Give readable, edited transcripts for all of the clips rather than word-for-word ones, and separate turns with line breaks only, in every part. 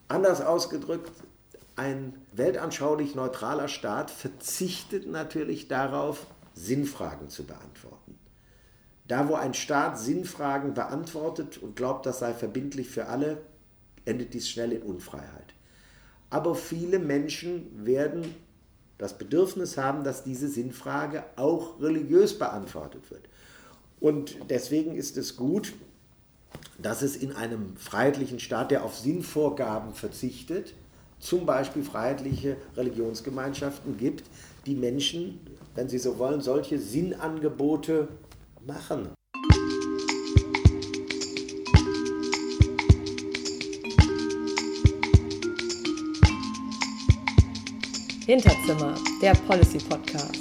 Anders ausgedrückt, ein weltanschaulich neutraler Staat verzichtet natürlich darauf, Sinnfragen zu beantworten. Da, wo ein Staat Sinnfragen beantwortet und glaubt, das sei verbindlich für alle, endet dies schnell in Unfreiheit. Aber viele Menschen werden das Bedürfnis haben, dass diese Sinnfrage auch religiös beantwortet wird. Und deswegen ist es gut, dass es in einem freiheitlichen Staat, der auf Sinnvorgaben verzichtet, zum Beispiel freiheitliche Religionsgemeinschaften gibt, die Menschen, wenn sie so wollen, solche Sinnangebote machen.
Hinterzimmer, der Policy Podcast.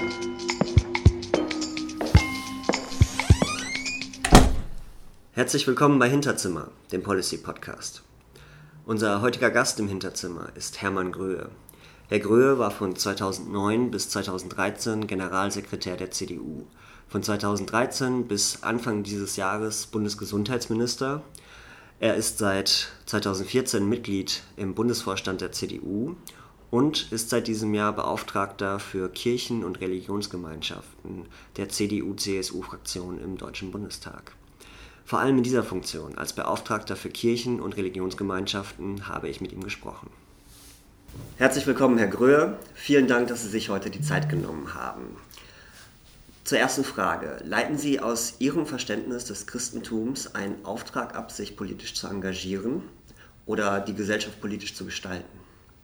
Herzlich willkommen bei Hinterzimmer, dem Policy Podcast. Unser heutiger Gast im Hinterzimmer ist Hermann Gröhe. Herr Gröhe war von 2009 bis 2013 Generalsekretär der CDU, von 2013 bis Anfang dieses Jahres Bundesgesundheitsminister. Er ist seit 2014 Mitglied im Bundesvorstand der CDU und ist seit diesem Jahr Beauftragter für Kirchen- und Religionsgemeinschaften der CDU-CSU-Fraktion im Deutschen Bundestag. Vor allem in dieser Funktion als Beauftragter für Kirchen- und Religionsgemeinschaften habe ich mit ihm gesprochen. Herzlich willkommen, Herr Gröhe. Vielen Dank, dass Sie sich heute die Zeit genommen haben. Zur ersten Frage. Leiten Sie aus Ihrem Verständnis des Christentums einen Auftrag ab, sich politisch zu engagieren oder die Gesellschaft politisch zu gestalten?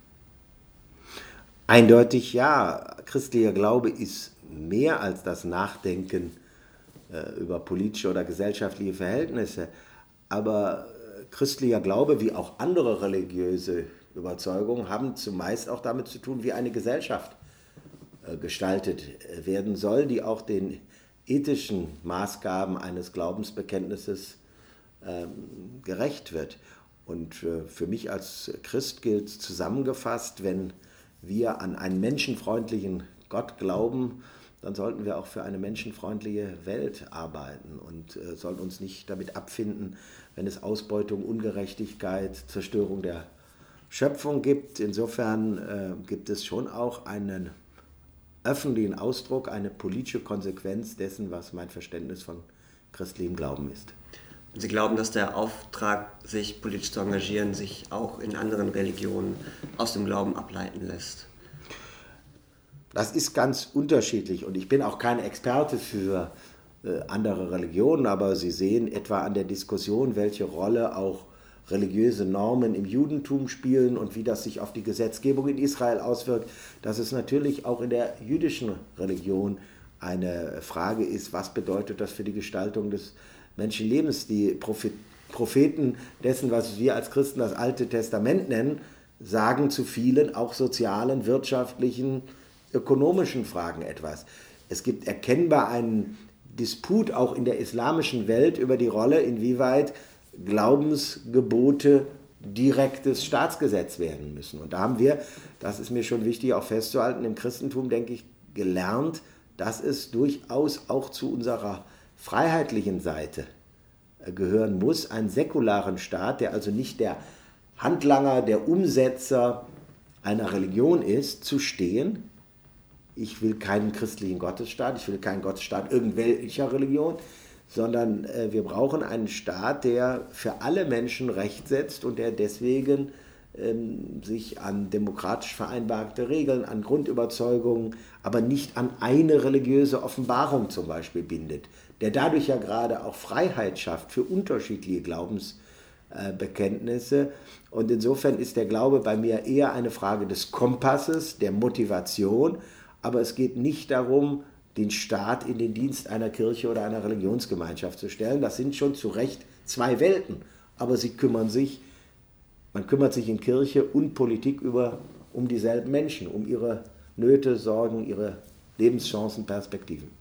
Eindeutig ja. Christlicher Glaube ist mehr als das Nachdenken über politische oder gesellschaftliche Verhältnisse. Aber christlicher Glaube, wie auch andere religiöse Überzeugungen, haben zumeist auch damit zu tun, wie eine Gesellschaft gestaltet werden soll, die auch den ethischen Maßgaben eines Glaubensbekenntnisses gerecht wird. Und für mich als Christ gilt zusammengefasst, wenn wir an einen menschenfreundlichen Gott glauben, dann sollten wir auch für eine menschenfreundliche Welt arbeiten und sollten uns nicht damit abfinden, wenn es Ausbeutung, Ungerechtigkeit, Zerstörung der Schöpfung gibt. Insofern gibt es schon auch einen öffentlichen Ausdruck, eine politische Konsequenz dessen, was mein Verständnis von christlichem Glauben ist.
Sie glauben, dass der Auftrag, sich politisch zu engagieren, sich auch in anderen Religionen aus dem Glauben ableiten lässt?
Das ist ganz unterschiedlich und ich bin auch kein Experte für andere Religionen, aber Sie sehen etwa an der Diskussion, welche Rolle auch religiöse Normen im Judentum spielen und wie das sich auf die Gesetzgebung in Israel auswirkt, dass es natürlich auch in der jüdischen Religion eine Frage ist, was bedeutet das für die Gestaltung des Menschenlebens. Die Propheten dessen, was wir als Christen das Alte Testament nennen, sagen zu vielen auch sozialen, wirtschaftlichen, ökonomischen Fragen etwas. Es gibt erkennbar einen Disput auch in der islamischen Welt über die Rolle, inwieweit Glaubensgebote direktes Staatsgesetz werden müssen. Und da haben wir, das ist mir schon wichtig auch festzuhalten, im Christentum, denke ich, gelernt, dass es durchaus auch zu unserer freiheitlichen Seite gehören muss, einen säkularen Staat, der also nicht der Handlanger, der Umsetzer einer Religion ist, zu stehen. Ich will keinen christlichen Gottesstaat, ich will keinen Gottesstaat irgendwelcher Religion, sondern wir brauchen einen Staat, der für alle Menschen Recht setzt und der deswegen sich an demokratisch vereinbarte Regeln, an Grundüberzeugungen, aber nicht an eine religiöse Offenbarung zum Beispiel bindet, der dadurch ja gerade auch Freiheit schafft für unterschiedliche Glaubensbekenntnisse. Und insofern ist der Glaube bei mir eher eine Frage des Kompasses, der Motivation, aber es geht nicht darum, den Staat in den Dienst einer Kirche oder einer Religionsgemeinschaft zu stellen. Das sind schon zu Recht zwei Welten, aber man kümmert sich in Kirche und Politik um dieselben Menschen, um ihre Nöte, Sorgen, ihre Lebenschancen, Perspektiven.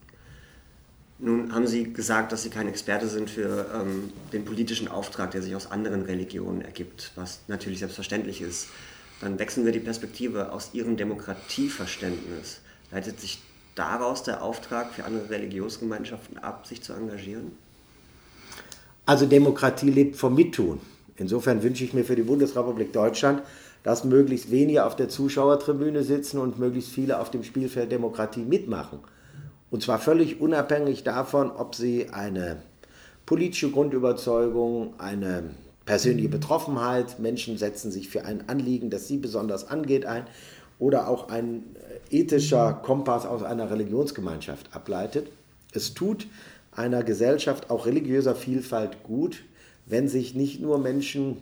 Nun haben Sie gesagt, dass Sie kein Experte sind für den politischen Auftrag, der sich aus anderen Religionen ergibt, was natürlich selbstverständlich ist. Dann wechseln wir die Perspektive aus Ihrem Demokratieverständnis. Leitet sich daraus der Auftrag für andere Religionsgemeinschaften ab, sich zu engagieren?
Also Demokratie lebt vom Mittun. Insofern wünsche ich mir für die Bundesrepublik Deutschland, dass möglichst wenige auf der Zuschauertribüne sitzen und möglichst viele auf dem Spielfeld Demokratie mitmachen. Und zwar völlig unabhängig davon, ob sie eine politische Grundüberzeugung, eine persönliche Betroffenheit, Menschen setzen sich für ein Anliegen, das sie besonders angeht, ein, oder auch ein ethischer Kompass aus einer Religionsgemeinschaft ableitet. Es tut einer Gesellschaft auch religiöser Vielfalt gut, wenn sich nicht nur Menschen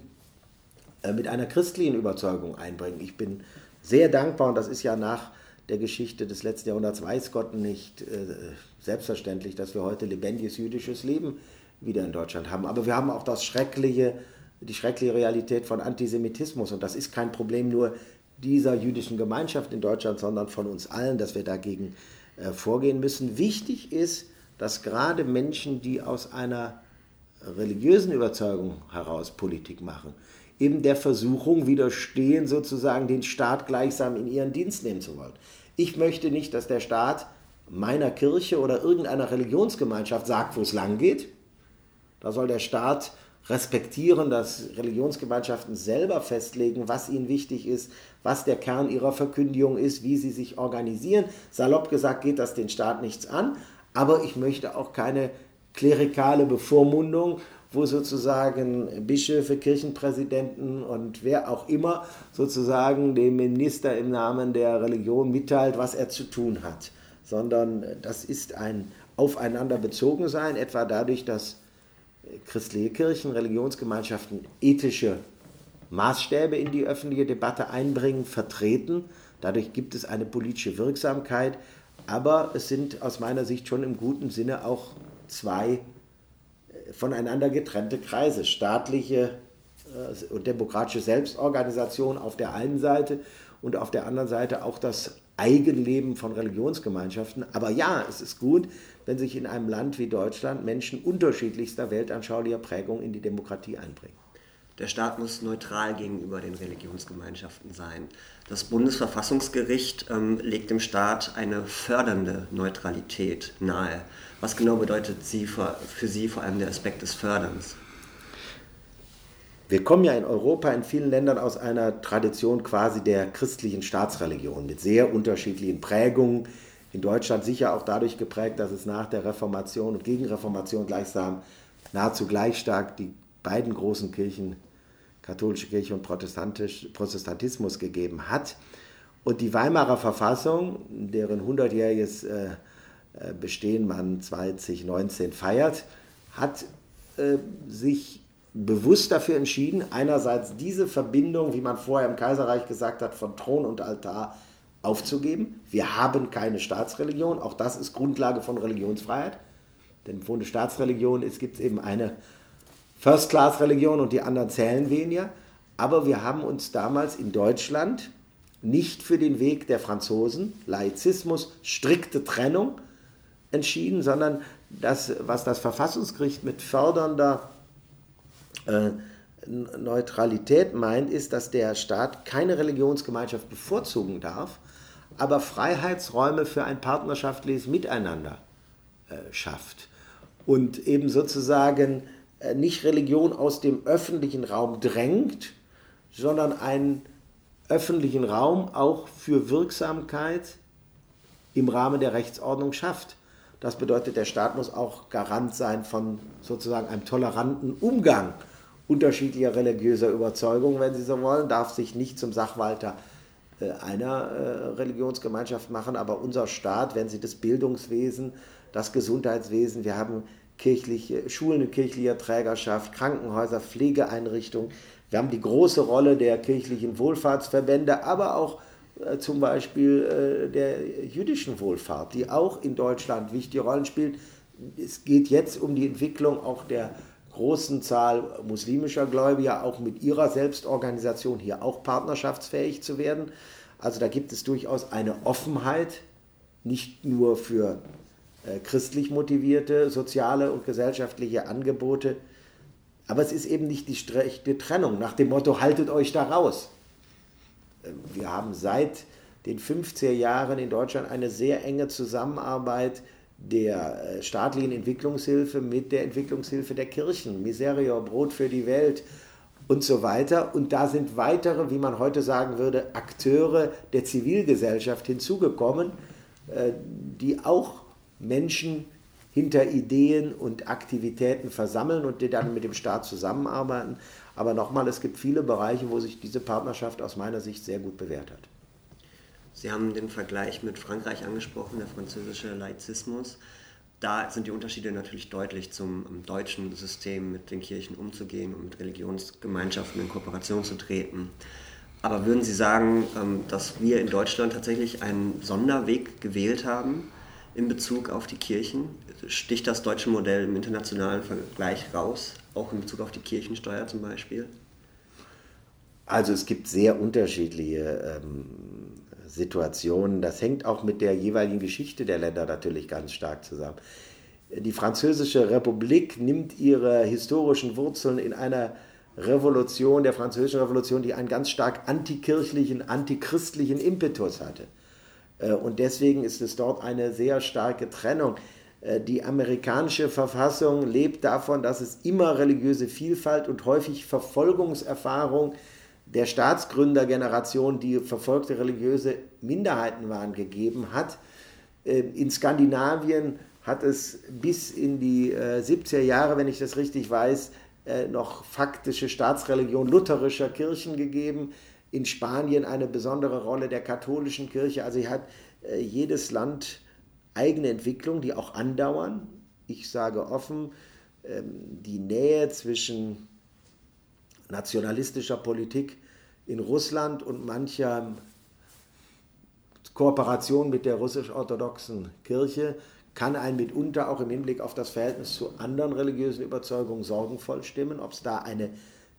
mit einer christlichen Überzeugung einbringen. Ich bin sehr dankbar, und das ist ja nach der Geschichte des letzten Jahrhunderts, weiß Gott nicht, selbstverständlich, dass wir heute lebendiges jüdisches Leben wieder in Deutschland haben. Aber wir haben auch die schreckliche Realität von Antisemitismus, und das ist kein Problem nur dieser jüdischen Gemeinschaft in Deutschland, sondern von uns allen, dass wir dagegen vorgehen müssen. Wichtig ist, dass gerade Menschen, die aus einer religiösen Überzeugung heraus Politik machen, eben der Versuchung widerstehen, sozusagen den Staat gleichsam in ihren Dienst nehmen zu wollen. Ich möchte nicht, dass der Staat meiner Kirche oder irgendeiner Religionsgemeinschaft sagt, wo es lang geht. Da soll der Staat respektieren, dass Religionsgemeinschaften selber festlegen, was ihnen wichtig ist, was der Kern ihrer Verkündigung ist, wie sie sich organisieren. Salopp gesagt geht das den Staat nichts an, aber ich möchte auch keine klerikale Bevormundung, wo sozusagen Bischöfe, Kirchenpräsidenten und wer auch immer sozusagen dem Minister im Namen der Religion mitteilt, was er zu tun hat. Sondern das ist ein Aufeinanderbezogensein, etwa dadurch, dass christliche Kirchen, Religionsgemeinschaften ethische Maßstäbe in die öffentliche Debatte einbringen, vertreten. Dadurch gibt es eine politische Wirksamkeit, aber es sind aus meiner Sicht schon im guten Sinne auch zwei voneinander getrennte Kreise. Staatliche und demokratische Selbstorganisation auf der einen Seite und auf der anderen Seite auch das Eigenleben von Religionsgemeinschaften. Aber ja, es ist gut, wenn sich in einem Land wie Deutschland Menschen unterschiedlichster weltanschaulicher Prägung in die Demokratie einbringen.
Der Staat muss neutral gegenüber den Religionsgemeinschaften sein. Das Bundesverfassungsgericht legt dem Staat eine fördernde Neutralität nahe. Was genau bedeutet für Sie vor allem der Aspekt des Förderns?
Wir kommen ja in Europa, in vielen Ländern aus einer Tradition quasi der christlichen Staatsreligion mit sehr unterschiedlichen Prägungen. In Deutschland sicher auch dadurch geprägt, dass es nach der Reformation und Gegenreformation gleichsam nahezu gleich stark die beiden großen Kirchen, katholische Kirche und Protestantismus, gegeben hat. Und die Weimarer Verfassung, deren 100-jähriges Bestehen man 2019 feiert, hat sich bewusst dafür entschieden, einerseits diese Verbindung, wie man vorher im Kaiserreich gesagt hat, von Thron und Altar aufzugeben. Wir haben keine Staatsreligion, auch das ist Grundlage von Religionsfreiheit. Denn wo eine Staatsreligion ist, gibt es eben eine First-Class-Religion und die anderen zählen weniger. Aber wir haben uns damals in Deutschland nicht für den Weg der Franzosen, Laizismus, strikte Trennung, entschieden, sondern das, was das Verfassungsgericht mit fördernder Neutralität meint, ist, dass der Staat keine Religionsgemeinschaft bevorzugen darf, aber Freiheitsräume für ein partnerschaftliches Miteinander schafft und eben sozusagen nicht Religion aus dem öffentlichen Raum drängt, sondern einen öffentlichen Raum auch für Wirksamkeit im Rahmen der Rechtsordnung schafft. Das bedeutet, der Staat muss auch Garant sein von sozusagen einem toleranten Umgang unterschiedlicher religiöser Überzeugungen, wenn Sie so wollen, darf sich nicht zum Sachwalter einer Religionsgemeinschaft machen, aber unser Staat, wenn Sie das Bildungswesen, das Gesundheitswesen, wir haben kirchliche Schulen in kirchlicher Trägerschaft, Krankenhäuser, Pflegeeinrichtungen, wir haben die große Rolle der kirchlichen Wohlfahrtsverbände, aber auch zum Beispiel der jüdischen Wohlfahrt, die auch in Deutschland wichtige Rollen spielt. Es geht jetzt um die Entwicklung auch der großen Zahl muslimischer Gläubiger, auch mit ihrer Selbstorganisation hier auch partnerschaftsfähig zu werden. Also da gibt es durchaus eine Offenheit, nicht nur für christlich motivierte soziale und gesellschaftliche Angebote, aber es ist eben nicht die strikte Trennung nach dem Motto, haltet euch da raus. Wir haben seit den 50er Jahren in Deutschland eine sehr enge Zusammenarbeit der staatlichen Entwicklungshilfe mit der Entwicklungshilfe der Kirchen. Miserio, Brot für die Welt und so weiter. Und da sind weitere, wie man heute sagen würde, Akteure der Zivilgesellschaft hinzugekommen, die auch Menschen hinter Ideen und Aktivitäten versammeln und die dann mit dem Staat zusammenarbeiten. Aber nochmal, es gibt viele Bereiche, wo sich diese Partnerschaft aus meiner Sicht sehr gut bewährt hat.
Sie haben den Vergleich mit Frankreich angesprochen, der französische Laizismus. Da sind die Unterschiede natürlich deutlich zum deutschen System, mit den Kirchen umzugehen und mit Religionsgemeinschaften in Kooperation zu treten. Aber würden Sie sagen, dass wir in Deutschland tatsächlich einen Sonderweg gewählt haben in Bezug auf die Kirchen? Sticht das deutsche Modell im internationalen Vergleich raus, auch in Bezug auf die Kirchensteuer zum Beispiel?
Also es gibt sehr unterschiedliche Situationen. Das hängt auch mit der jeweiligen Geschichte der Länder natürlich ganz stark zusammen. Die Französische Republik nimmt ihre historischen Wurzeln in einer Revolution, der Französischen Revolution, die einen ganz stark antikirchlichen, antichristlichen Impetus hatte. Und deswegen ist es dort eine sehr starke Trennung. Die amerikanische Verfassung lebt davon, dass es immer religiöse Vielfalt und häufig Verfolgungserfahrung der Staatsgründergeneration, die verfolgte religiöse Minderheiten waren, gegeben hat. In Skandinavien hat es bis in die 70er Jahre, wenn ich das richtig weiß, noch faktische Staatsreligion lutherischer Kirchen gegeben. In Spanien eine besondere Rolle der katholischen Kirche. Also hier hat jedes Land eigene Entwicklungen, die auch andauern. Ich sage offen, die Nähe zwischen nationalistischer Politik in Russland und mancher Kooperation mit der russisch-orthodoxen Kirche kann einen mitunter auch im Hinblick auf das Verhältnis zu anderen religiösen Überzeugungen sorgenvoll stimmen, ob es da eine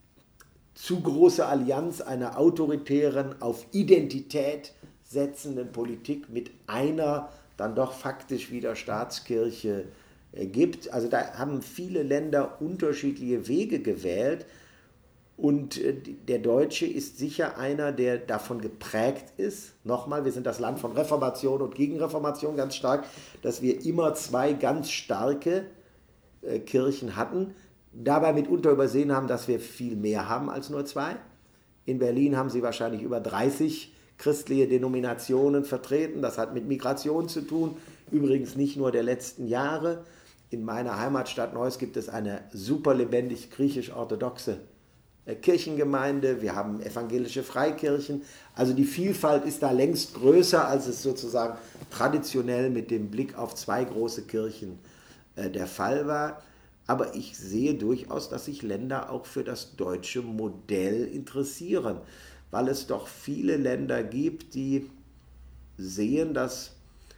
zu große Allianz einer autoritären, auf Identität setzenden Politik mit einer dann doch faktisch wieder Staatskirche gibt. Also da haben viele Länder unterschiedliche Wege gewählt und der Deutsche ist sicher einer, der davon geprägt ist. Nochmal, wir sind das Land von Reformation und Gegenreformation ganz stark, dass wir immer zwei ganz starke Kirchen hatten, dabei mitunter übersehen haben, dass wir viel mehr haben als nur zwei. In Berlin haben sie wahrscheinlich über 30 christliche Denominationen vertreten. Das hat mit Migration zu tun, übrigens nicht nur der letzten Jahre. In meiner Heimatstadt Neuss gibt es eine super lebendig griechisch-orthodoxe Kirchengemeinde. Wir haben evangelische Freikirchen. Also die Vielfalt ist da längst größer, als es sozusagen traditionell mit dem Blick auf zwei große Kirchen der Fall war. Aber ich sehe durchaus, dass sich Länder auch für das deutsche Modell interessieren, weil es doch viele Länder gibt, die sehen, dass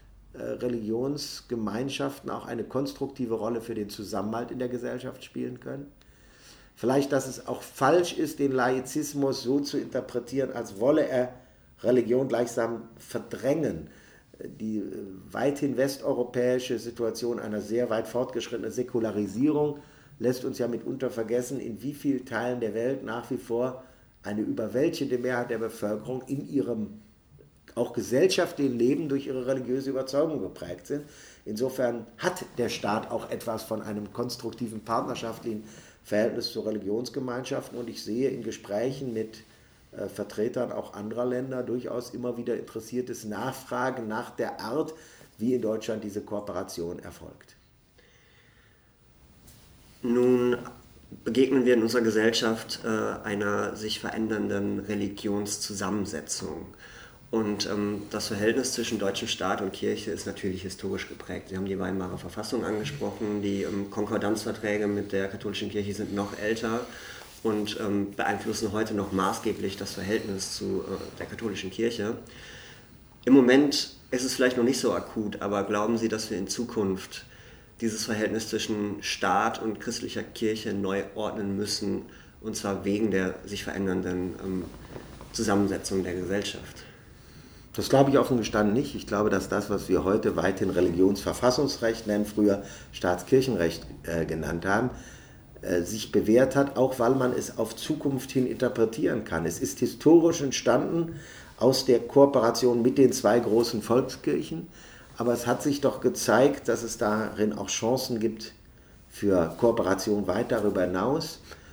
Religionsgemeinschaften auch eine konstruktive Rolle für den Zusammenhalt in der Gesellschaft spielen können. Vielleicht, dass es auch falsch ist, den Laizismus so zu interpretieren, als wolle er Religion gleichsam verdrängen. Die weithin westeuropäische Situation einer sehr weit fortgeschrittenen Säkularisierung lässt uns ja mitunter vergessen, in wie vielen Teilen der Welt nach wie vor eine überwältigende Mehrheit der Bevölkerung in ihrem auch gesellschaftlichen Leben durch ihre religiöse Überzeugung geprägt sind. Insofern hat der Staat auch etwas von einem konstruktiven partnerschaftlichen Verhältnis zu Religionsgemeinschaften und ich sehe in Gesprächen mit Vertretern auch anderer Länder durchaus immer wieder interessiertes Nachfragen nach der Art, wie in Deutschland diese Kooperation erfolgt.
Nun begegnen wir in unserer Gesellschaft einer sich verändernden Religionszusammensetzung. Und das Verhältnis zwischen deutschem Staat und Kirche ist natürlich historisch geprägt. Sie haben die Weimarer Verfassung angesprochen, die Konkordanzverträge mit der katholischen Kirche sind noch älter und beeinflussen heute noch maßgeblich das Verhältnis zu der katholischen Kirche. Im Moment ist es vielleicht noch nicht so akut, aber glauben Sie, dass wir in Zukunft dieses Verhältnis zwischen Staat und christlicher Kirche neu ordnen müssen, und zwar wegen der sich verändernden Zusammensetzung der Gesellschaft?
Das glaube ich offen gestanden nicht. Ich glaube, dass das, was wir heute weithin Religionsverfassungsrecht nennen, früher Staatskirchenrecht genannt haben, sich bewährt hat, auch weil man es auf Zukunft hin interpretieren kann. Es ist historisch entstanden aus der Kooperation mit den zwei großen Volkskirchen, aber es hat sich doch gezeigt, dass es darin auch Chancen gibt für Kooperation weit darüber hinaus.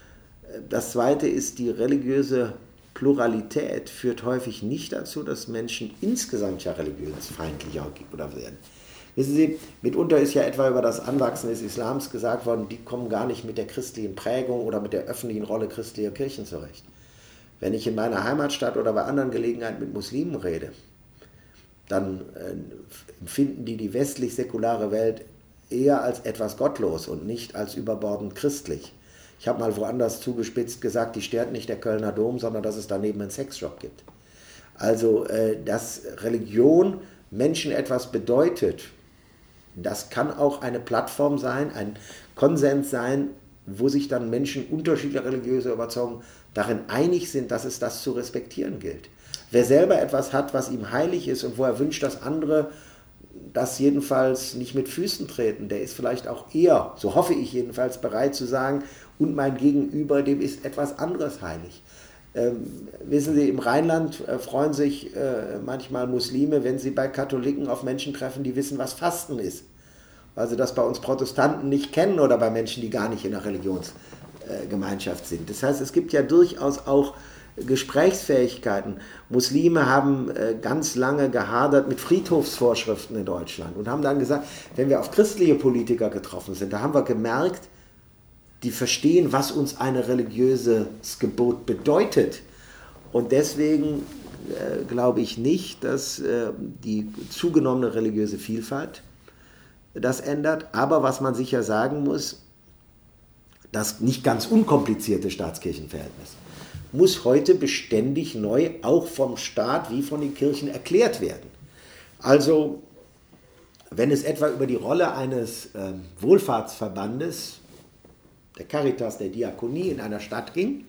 Das Zweite ist, die religiöse Pluralität führt häufig nicht dazu, dass Menschen insgesamt ja religionsfeindlicher oder werden. Wissen Sie, mitunter ist ja etwa über das Anwachsen des Islams gesagt worden, die kommen gar nicht mit der christlichen Prägung oder mit der öffentlichen Rolle christlicher Kirchen zurecht. Wenn ich in meiner Heimatstadt oder bei anderen Gelegenheiten mit Muslimen rede, dann empfinden die westlich-säkulare Welt eher als etwas gottlos und nicht als überbordend christlich. Ich habe mal woanders zugespitzt gesagt, die stört nicht der Kölner Dom, sondern dass es daneben einen Sexshop gibt. Also, dass Religion Menschen etwas bedeutet, das kann auch eine Plattform sein, ein Konsens sein, wo sich dann Menschen unterschiedlicher religiöser Überzeugungen darin einig sind, dass es das zu respektieren gilt. Wer selber etwas hat, was ihm heilig ist und wo er wünscht, dass andere das jedenfalls nicht mit Füßen treten, der ist vielleicht auch eher, so hoffe ich jedenfalls, bereit zu sagen, und mein Gegenüber, dem ist etwas anderes heilig. Wissen Sie, im Rheinland freuen sich manchmal Muslime, wenn sie bei Katholiken auf Menschen treffen, die wissen, was Fasten ist. Weil sie das bei uns Protestanten nicht kennen oder bei Menschen, die gar nicht in der Religionsgemeinschaft sind. Das heißt, es gibt ja durchaus auch Gesprächsfähigkeiten. Muslime haben ganz lange gehadert mit Friedhofsvorschriften in Deutschland und haben dann gesagt, wenn wir auf christliche Politiker getroffen sind, da haben wir gemerkt, die verstehen, was uns ein religiöses Gebot bedeutet. Und deswegen glaube ich nicht, dass die zugenommene religiöse Vielfalt das ändert. Aber was man sicher sagen muss, das nicht ganz unkomplizierte Staatskirchenverhältnis muss heute beständig neu auch vom Staat wie von den Kirchen erklärt werden. Also, wenn es etwa über die Rolle eines Wohlfahrtsverbandes, der Caritas, der Diakonie in einer Stadt ging,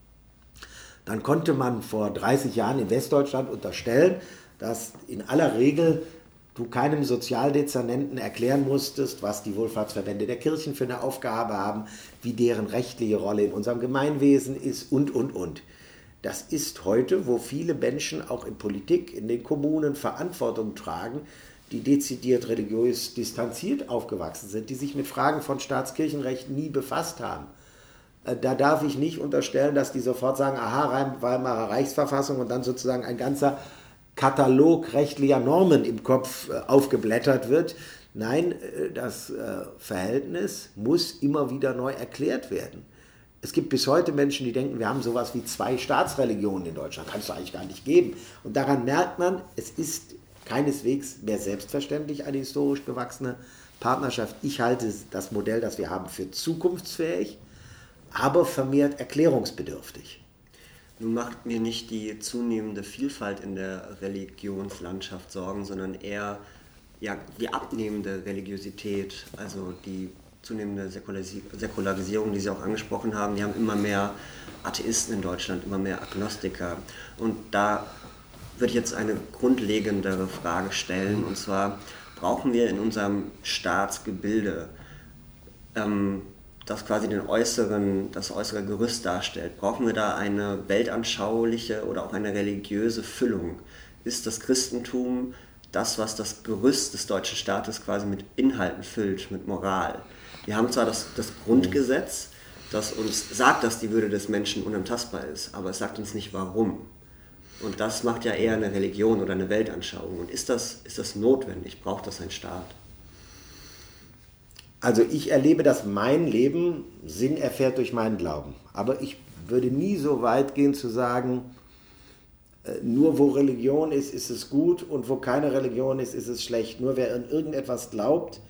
dann konnte man vor 30 Jahren in Westdeutschland unterstellen, dass in aller Regel du keinem Sozialdezernenten erklären musstest, was die Wohlfahrtsverbände der Kirchen für eine Aufgabe haben, wie deren rechtliche Rolle in unserem Gemeinwesen ist und. Das ist heute, wo viele Menschen auch in Politik, in den Kommunen Verantwortung tragen, die dezidiert religiös distanziert aufgewachsen sind, die sich mit Fragen von Staatskirchenrecht nie befasst haben. Da darf ich nicht unterstellen, dass die sofort sagen, aha, Weimarer Reichsverfassung und dann sozusagen ein ganzer Katalog rechtlicher Normen im Kopf aufgeblättert wird. Nein, das Verhältnis muss immer wieder neu erklärt werden. Es gibt bis heute Menschen, die denken, wir haben sowas wie 2 Staatsreligionen in Deutschland. Kann es eigentlich gar nicht geben. Und daran merkt man, es ist keineswegs mehr selbstverständlich eine historisch gewachsene Partnerschaft. Ich halte das Modell, das wir haben, für zukunftsfähig, aber vermehrt erklärungsbedürftig.
Nun macht mir nicht die zunehmende Vielfalt in der Religionslandschaft Sorgen, sondern eher die abnehmende Religiosität, also die zunehmende Säkularisierung, die Sie auch angesprochen haben. Wir haben immer mehr Atheisten in Deutschland, immer mehr Agnostiker. Und da würde ich jetzt eine grundlegendere Frage stellen, und zwar, brauchen wir in unserem Staatsgebilde, das quasi das äußere Gerüst darstellt, brauchen wir da eine weltanschauliche oder auch eine religiöse Füllung? Ist das Christentum das, was das Gerüst des deutschen Staates quasi mit Inhalten füllt, mit Moral? Wir haben zwar das Grundgesetz, das uns sagt, dass die Würde des Menschen unantastbar ist, aber es sagt uns nicht warum. Und das macht ja eher eine Religion oder eine Weltanschauung. Und ist das notwendig? Braucht das ein Staat?
Also ich erlebe, dass mein Leben Sinn erfährt durch meinen Glauben. Aber ich würde nie so weit gehen zu sagen, nur wo Religion ist, ist es gut und wo keine Religion ist, ist es schlecht. Nur wer an irgendetwas glaubt,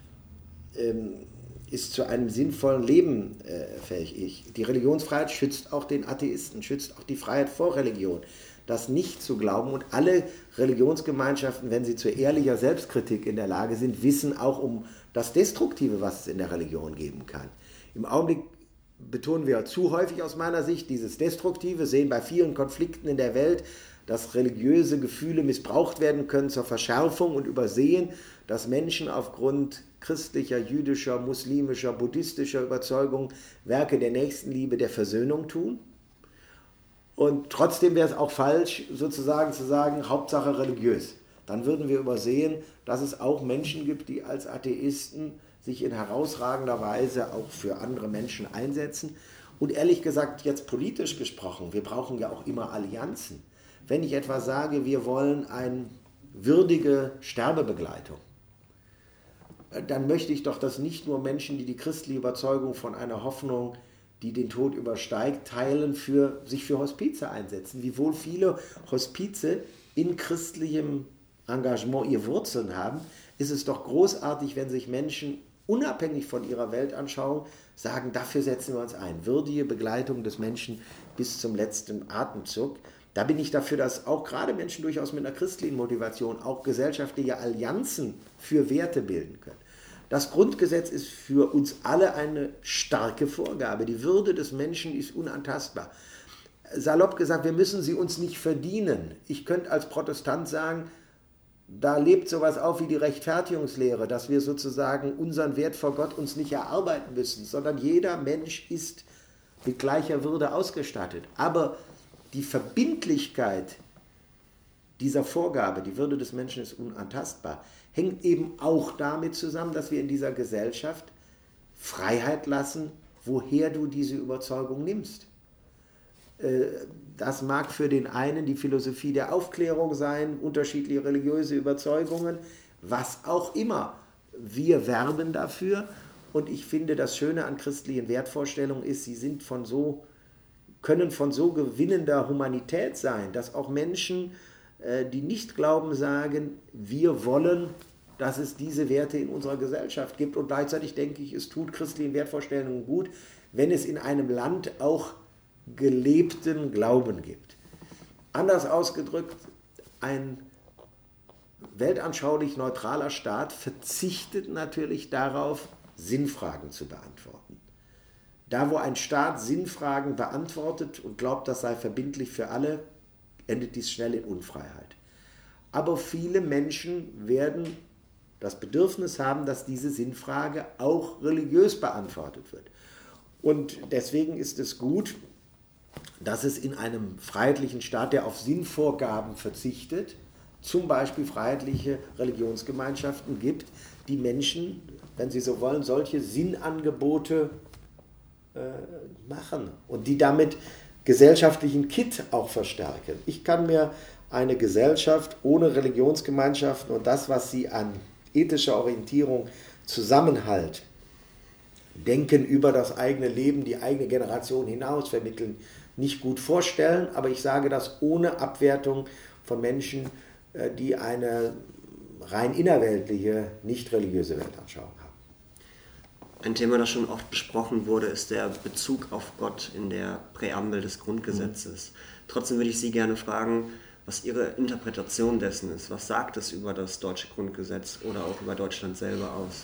ist zu einem sinnvollen Leben fähig. Die Religionsfreiheit schützt auch den Atheisten, schützt auch die Freiheit vor Religion. Das nicht zu glauben, und alle Religionsgemeinschaften, wenn sie zu ehrlicher Selbstkritik in der Lage sind, wissen auch um das Destruktive, was es in der Religion geben kann. Im Augenblick betonen wir zu häufig aus meiner Sicht dieses Destruktive, sehen bei vielen Konflikten in der Welt, dass religiöse Gefühle missbraucht werden können zur Verschärfung und übersehen, dass Menschen aufgrund christlicher, jüdischer, muslimischer, buddhistischer Überzeugung Werke der Nächstenliebe, der Versöhnung tun. Und trotzdem wäre es auch falsch, sozusagen zu sagen, Hauptsache religiös. Dann würden wir übersehen, dass es auch Menschen gibt, die als Atheisten sich in herausragender Weise auch für andere Menschen einsetzen. Und ehrlich gesagt, jetzt politisch gesprochen, wir brauchen ja auch immer Allianzen. Wenn ich etwa sage, wir wollen eine würdige Sterbebegleitung, dann möchte ich doch, dass nicht nur Menschen, die die christliche Überzeugung von einer Hoffnung, die den Tod übersteigt, teilen, sich für Hospize einsetzen. Wiewohl viele Hospize in christlichem Engagement ihre Wurzeln haben, ist es doch großartig, wenn sich Menschen unabhängig von ihrer Weltanschauung sagen, dafür setzen wir uns ein. Würdige Begleitung des Menschen bis zum letzten Atemzug. Da bin ich dafür, dass auch gerade Menschen durchaus mit einer christlichen Motivation auch gesellschaftliche Allianzen für Werte bilden können. Das Grundgesetz ist für uns alle eine starke Vorgabe. Die Würde des Menschen ist unantastbar. Salopp gesagt, wir müssen sie uns nicht verdienen. Ich könnte als Protestant sagen, da lebt sowas auf wie die Rechtfertigungslehre, dass wir sozusagen unseren Wert vor Gott uns nicht erarbeiten müssen, sondern jeder Mensch ist mit gleicher Würde ausgestattet. Aber die Verbindlichkeit dieser Vorgabe, die Würde des Menschen ist unantastbar, hängt eben auch damit zusammen, dass wir in dieser Gesellschaft Freiheit lassen, woher du diese Überzeugung nimmst. Das mag für den einen die Philosophie der Aufklärung sein, unterschiedliche religiöse Überzeugungen, was auch immer. Wir werben dafür und ich finde, das Schöne an christlichen Wertvorstellungen ist, sie sind können von so gewinnender Humanität sein, dass auch Menschen, die nicht glauben, sagen, wir wollen, dass es diese Werte in unserer Gesellschaft gibt. Und gleichzeitig denke ich, es tut christlichen Wertvorstellungen gut, wenn es in einem Land auch gelebten Glauben gibt. Anders ausgedrückt, ein weltanschaulich neutraler Staat verzichtet natürlich darauf, Sinnfragen zu beantworten. Da, wo ein Staat Sinnfragen beantwortet und glaubt, das sei verbindlich für alle, endet dies schnell in Unfreiheit. Aber viele Menschen werden das Bedürfnis haben, dass diese Sinnfrage auch religiös beantwortet wird. Und deswegen ist es gut, dass es in einem freiheitlichen Staat, der auf Sinnvorgaben verzichtet, zum Beispiel freiheitliche Religionsgemeinschaften gibt, die Menschen, wenn sie so wollen, solche Sinnangebote machen und die damit gesellschaftlichen Kit auch verstärken. Ich kann mir eine Gesellschaft ohne Religionsgemeinschaften und das, was sie an ethischer Orientierung, Zusammenhalt, Denken über das eigene Leben, die eigene Generation hinaus vermitteln, nicht gut vorstellen, aber ich sage das ohne Abwertung von Menschen, die eine rein innerweltliche, nicht religiöse Weltanschauung haben.
Ein Thema, das schon oft besprochen wurde, ist der Bezug auf Gott in der Präambel des Grundgesetzes. Trotzdem würde ich Sie gerne fragen, was Ihre Interpretation dessen ist. Was sagt es über das deutsche Grundgesetz oder auch über Deutschland selber aus?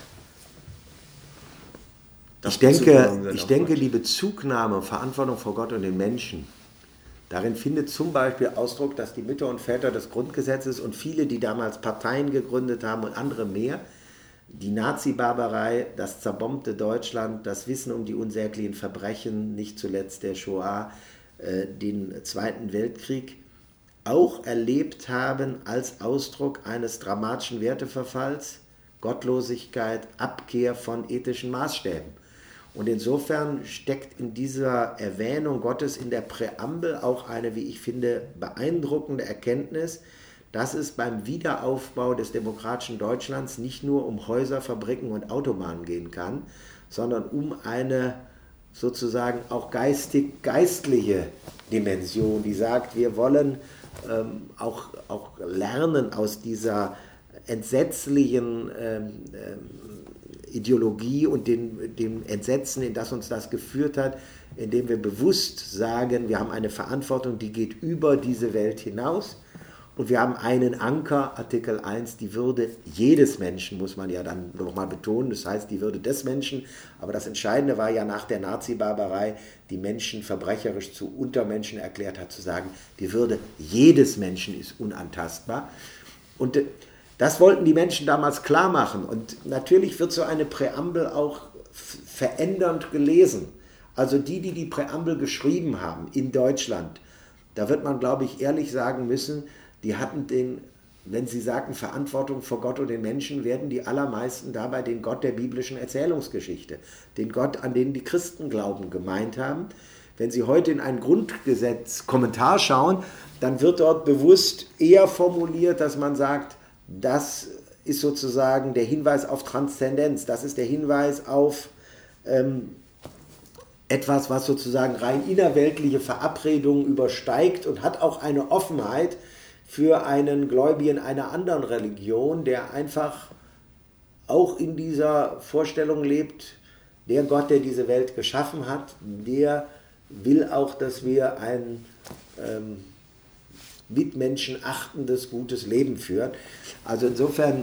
Ich denke, die Bezugnahme, Verantwortung vor Gott und den Menschen, darin findet zum Beispiel Ausdruck, dass die Mütter und Väter des Grundgesetzes und viele, die damals Parteien gegründet haben und andere mehr, die Nazi-Barbarei, das zerbombte Deutschland, das Wissen um die unsäglichen Verbrechen, nicht zuletzt der Shoah, den Zweiten Weltkrieg, auch erlebt haben als Ausdruck eines dramatischen Werteverfalls, Gottlosigkeit, Abkehr von ethischen Maßstäben. Und insofern steckt in dieser Erwähnung Gottes in der Präambel auch eine, wie ich finde, beeindruckende Erkenntnis, dass es beim Wiederaufbau des demokratischen Deutschlands nicht nur um Häuser, Fabriken und Autobahnen gehen kann, sondern um eine sozusagen auch geistliche Dimension, die sagt, wir wollen auch lernen aus dieser entsetzlichen Ideologie und dem Entsetzen, in das uns das geführt hat, indem wir bewusst sagen, wir haben eine Verantwortung, die geht über diese Welt hinaus und wir haben einen Anker, Artikel 1, die Würde jedes Menschen, muss man ja dann nochmal betonen, das heißt die Würde des Menschen, aber das Entscheidende war ja nach der Nazi-Barbarei, die Menschen verbrecherisch zu Untermenschen erklärt hat, zu sagen, die Würde jedes Menschen ist unantastbar. Und das wollten die Menschen damals klar machen. Und natürlich wird so eine Präambel auch verändernd gelesen. Also die Präambel geschrieben haben in Deutschland, da wird man, glaube ich, ehrlich sagen müssen, die hatten den wenn Sie sagten Verantwortung vor Gott und den Menschen, werden die allermeisten dabei den Gott der biblischen Erzählungsgeschichte, den Gott, an den die Christen glauben, gemeint haben. Wenn Sie heute in einen Grundgesetz-Kommentar schauen, dann wird dort bewusst eher formuliert, dass man sagt, das ist sozusagen der Hinweis auf Transzendenz, das ist der Hinweis auf etwas, was sozusagen rein innerweltliche Verabredungen übersteigt und hat auch eine Offenheit für einen Gläubigen einer anderen Religion, der einfach auch in dieser Vorstellung lebt, der Gott, der diese Welt geschaffen hat, der will auch, dass wir ein mitmenschenachtendes, gutes Leben führen. Also insofern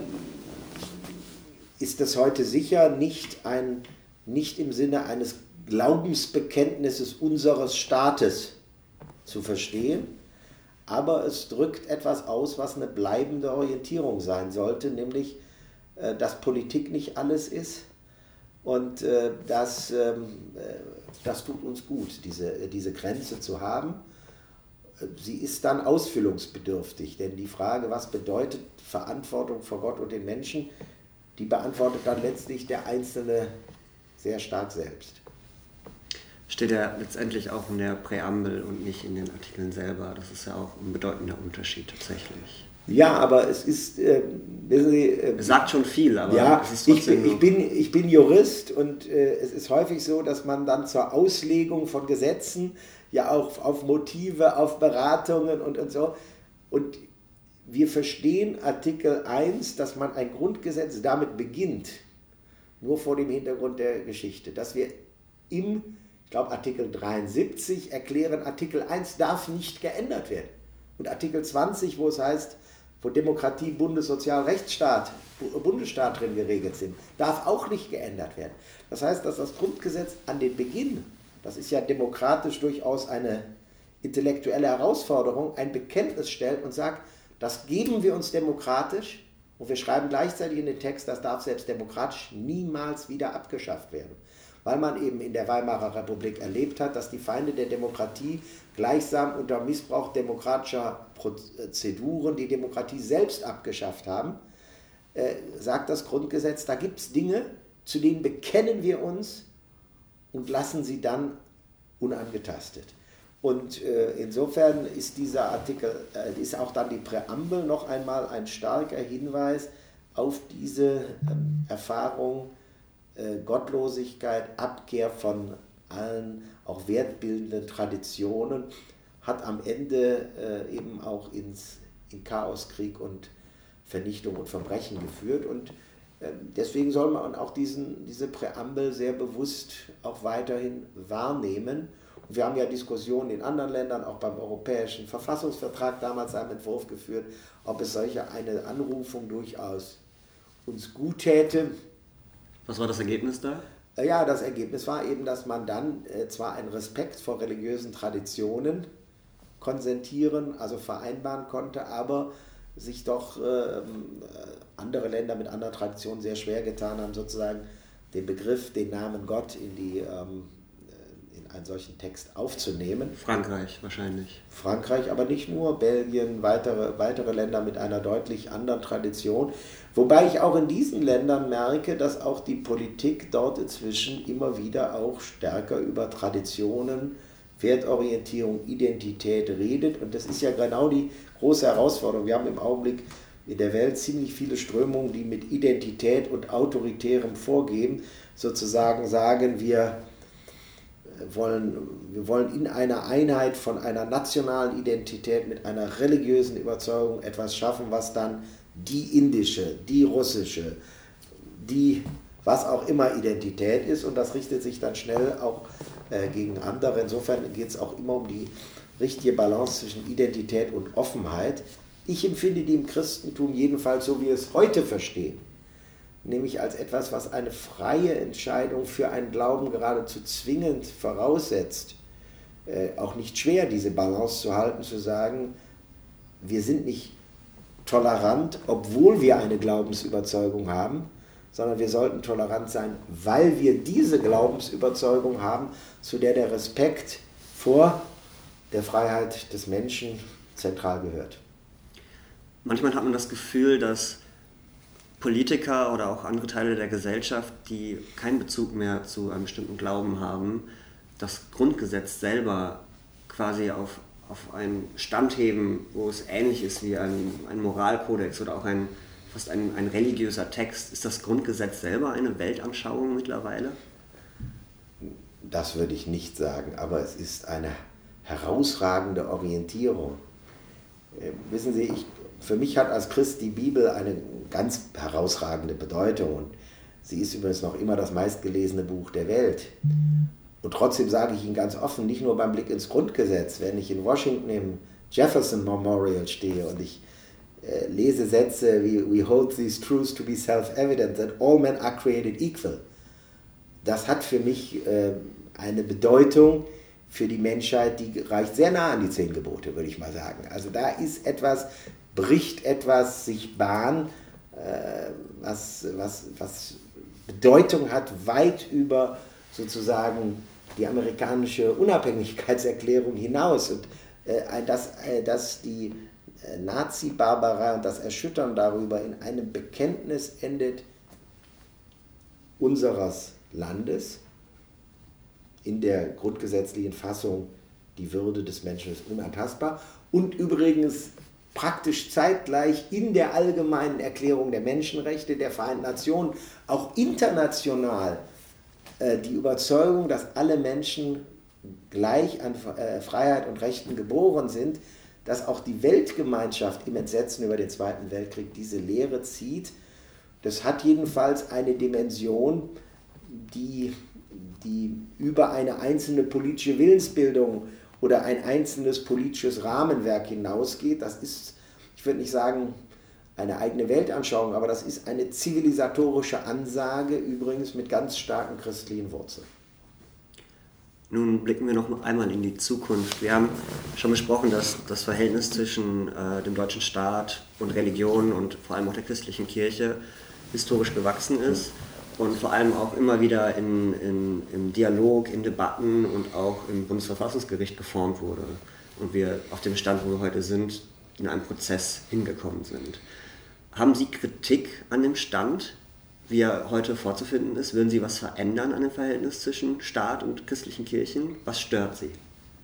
ist das heute sicher nicht im Sinne eines Glaubensbekenntnisses unseres Staates zu verstehen, aber es drückt etwas aus, was eine bleibende Orientierung sein sollte, nämlich, dass Politik nicht alles ist und das tut uns gut, diese Grenze zu haben. Sie ist dann ausfüllungsbedürftig, denn die Frage, was bedeutet Verantwortung vor Gott und den Menschen, die beantwortet dann letztlich der Einzelne sehr stark selbst.
Steht ja letztendlich auch in der Präambel und nicht in den Artikeln selber. Das ist ja auch ein bedeutender Unterschied tatsächlich.
Ja, aber es ist, wissen Sie...
Es sagt schon viel, aber
ja,
es ist trotzdem
ich bin Jurist und es ist häufig so, dass man dann zur Auslegung von Gesetzen ja auch auf Motive, auf Beratungen und so. Und wir verstehen Artikel 1, dass man ein Grundgesetz damit beginnt, nur vor dem Hintergrund der Geschichte, dass wir ich glaube Artikel 73 erklären, Artikel 1 darf nicht geändert werden. Und Artikel 20, wo es heißt, wo Demokratie, Bundesstaat drin geregelt sind, darf auch nicht geändert werden. Das heißt, dass das Grundgesetz an den Beginn, das ist ja demokratisch durchaus eine intellektuelle Herausforderung, ein Bekenntnis stellt und sagt, das geben wir uns demokratisch und wir schreiben gleichzeitig in den Text, das darf selbst demokratisch niemals wieder abgeschafft werden. Weil man eben in der Weimarer Republik erlebt hat, dass die Feinde der Demokratie gleichsam unter Missbrauch demokratischer Prozeduren die Demokratie selbst abgeschafft haben, sagt das Grundgesetz, da gibt es Dinge, zu denen bekennen wir uns und lassen sie dann unangetastet. Und insofern ist dieser Artikel, ist auch dann die Präambel noch einmal ein starker Hinweis auf diese Erfahrung, Gottlosigkeit, Abkehr von allen auch wertbildenden Traditionen, hat am Ende eben auch in Chaos, Krieg und Vernichtung und Verbrechen geführt. Und deswegen soll man auch diese Präambel sehr bewusst auch weiterhin wahrnehmen. Und wir haben ja Diskussionen in anderen Ländern, auch beim Europäischen Verfassungsvertrag damals einen Entwurf geführt, ob es solche eine Anrufung durchaus uns gut täte.
Was war das Ergebnis da?
Ja, das Ergebnis war eben, dass man dann zwar einen Respekt vor religiösen Traditionen konsentieren, also vereinbaren konnte, aber sich doch andere Länder mit anderen Traditionen sehr schwer getan haben, sozusagen den Begriff, den Namen Gott in einen solchen Text aufzunehmen.
Frankreich wahrscheinlich.
Frankreich, aber nicht nur, Belgien, weitere Länder mit einer deutlich anderen Tradition. Wobei ich auch in diesen Ländern merke, dass auch die Politik dort inzwischen immer wieder auch stärker über Traditionen, Wertorientierung, Identität redet. Und das ist ja genau die große Herausforderung. Wir haben im Augenblick in der Welt ziemlich viele Strömungen, die mit Identität und autoritärem Vorgehen sozusagen sagen, wir wollen in einer Einheit von einer nationalen Identität mit einer religiösen Überzeugung etwas schaffen, was dann die indische, die russische, die was auch immer Identität ist, und das richtet sich dann schnell auch gegen andere. Insofern geht es auch immer um die richtige Balance zwischen Identität und Offenheit. Ich empfinde die im Christentum jedenfalls so, wie wir es heute verstehen, nämlich als etwas, was eine freie Entscheidung für einen Glauben geradezu zwingend voraussetzt. Auch nicht schwer, diese Balance zu halten, zu sagen, wir sind nicht tolerant, obwohl wir eine Glaubensüberzeugung haben, sondern wir sollten tolerant sein, weil wir diese Glaubensüberzeugung haben, zu der der Respekt vor der Freiheit des Menschen zentral gehört.
Manchmal hat man das Gefühl, dass Politiker oder auch andere Teile der Gesellschaft, die keinen Bezug mehr zu einem bestimmten Glauben haben, das Grundgesetz selber quasi auf einen Stand heben, wo es ähnlich ist wie ein Moralkodex oder auch fast ein religiöser Text. Ist das Grundgesetz selber eine Weltanschauung mittlerweile?
Das würde ich nicht sagen, aber es ist eine herausragende Orientierung. Wissen Sie, für mich hat als Christ die Bibel eine ganz herausragende Bedeutung und sie ist übrigens noch immer das meistgelesene Buch der Welt. Und trotzdem sage ich Ihnen ganz offen, nicht nur beim Blick ins Grundgesetz, wenn ich in Washington im Jefferson Memorial stehe und ich lese Sätze wie "We hold these truths to be self-evident that all men are created equal", das hat für mich eine Bedeutung für die Menschheit, die reicht sehr nah an die 10 Gebote, würde ich mal sagen. Also da ist etwas, bricht etwas sich Bahn, was Bedeutung hat, weit über sozusagen die amerikanische Unabhängigkeitserklärung hinaus. Und dass die Nazi-Barbarei und das Erschüttern darüber in einem Bekenntnis endet unseres Landes, in der grundgesetzlichen Fassung, die Würde des Menschen ist unantastbar, und übrigens praktisch zeitgleich in der allgemeinen Erklärung der Menschenrechte der Vereinten Nationen auch international die Überzeugung, dass alle Menschen gleich an Freiheit und Rechten geboren sind, dass auch die Weltgemeinschaft im Entsetzen über den Zweiten Weltkrieg diese Lehre zieht. Das hat jedenfalls eine Dimension, die über eine einzelne politische Willensbildung oder ein einzelnes politisches Rahmenwerk hinausgeht. Das ist, ich würde nicht sagen, eine eigene Weltanschauung, aber das ist eine zivilisatorische Ansage, übrigens mit ganz starken christlichen Wurzeln.
Nun blicken wir noch einmal in die Zukunft. Wir haben schon besprochen, dass das Verhältnis zwischen dem deutschen Staat und Religion und vor allem auch der christlichen Kirche historisch gewachsen ist und vor allem auch immer wieder im Dialog, in Debatten und auch im Bundesverfassungsgericht geformt wurde. Und wir auf dem Stand, wo wir heute sind, in einem Prozess hingekommen sind. Haben Sie Kritik an dem Stand, wie er heute vorzufinden ist? Würden Sie was verändern an dem Verhältnis zwischen Staat und christlichen Kirchen? Was stört Sie?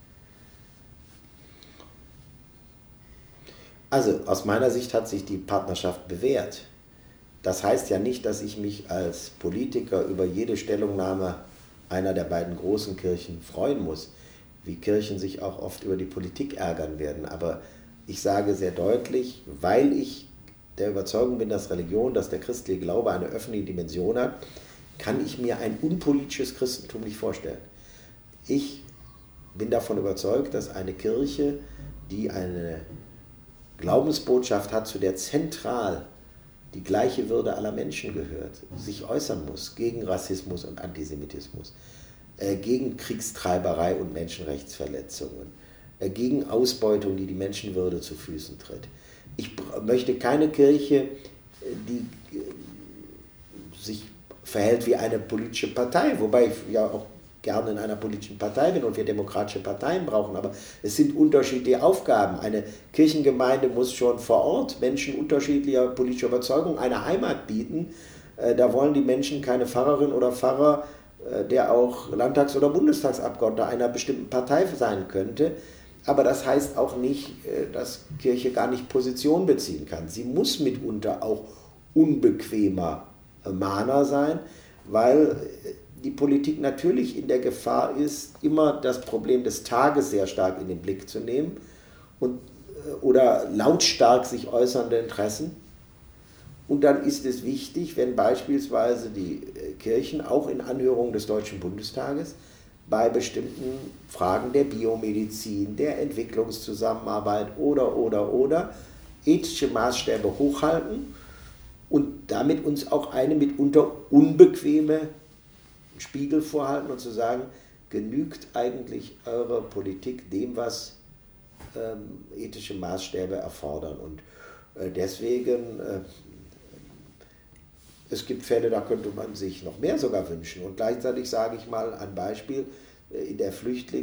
Also aus meiner Sicht hat sich die Partnerschaft bewährt. Das heißt ja nicht, dass ich mich als Politiker über jede Stellungnahme einer der beiden großen Kirchen freuen muss, wie Kirchen sich auch oft über die Politik ärgern werden. Aber ich sage sehr deutlich, weil ich der Überzeugung bin, dass Religion, dass der christliche Glaube eine öffentliche Dimension hat, kann ich mir ein unpolitisches Christentum nicht vorstellen. Ich bin davon überzeugt, dass eine Kirche, die eine Glaubensbotschaft hat, zu der zentral die gleiche Würde aller Menschen gehört, sich äußern muss gegen Rassismus und Antisemitismus, gegen Kriegstreiberei und Menschenrechtsverletzungen, gegen Ausbeutung, die die Menschenwürde zu Füßen tritt. Ich möchte keine Kirche, die sich verhält wie eine politische Partei, wobei ich ja auch gerne in einer politischen Partei bin und wir demokratische Parteien brauchen, aber es sind unterschiedliche Aufgaben. Eine Kirchengemeinde muss schon vor Ort Menschen unterschiedlicher politischer Überzeugung eine Heimat bieten. Da wollen die Menschen keine Pfarrerin oder Pfarrer, der auch Landtags- oder Bundestagsabgeordneter einer bestimmten Partei sein könnte. Aber das heißt auch nicht, dass Kirche gar nicht Position beziehen kann. Sie muss mitunter auch unbequemer Mahner sein, weil die Politik natürlich in der Gefahr ist, immer das Problem des Tages sehr stark in den Blick zu nehmen oder lautstark sich äußernde Interessen. Und dann ist es wichtig, wenn beispielsweise die Kirchen auch in Anhörungen des Deutschen Bundestages bei bestimmten Fragen der Biomedizin, der Entwicklungszusammenarbeit oder ethische Maßstäbe hochhalten und damit uns auch eine mitunter unbequeme Spiegel vorhalten und zu sagen, genügt eigentlich eure Politik dem, was ethische Maßstäbe erfordern. Und deswegen, es gibt Fälle, da könnte man sich noch mehr sogar wünschen. Und gleichzeitig sage ich mal ein Beispiel, in der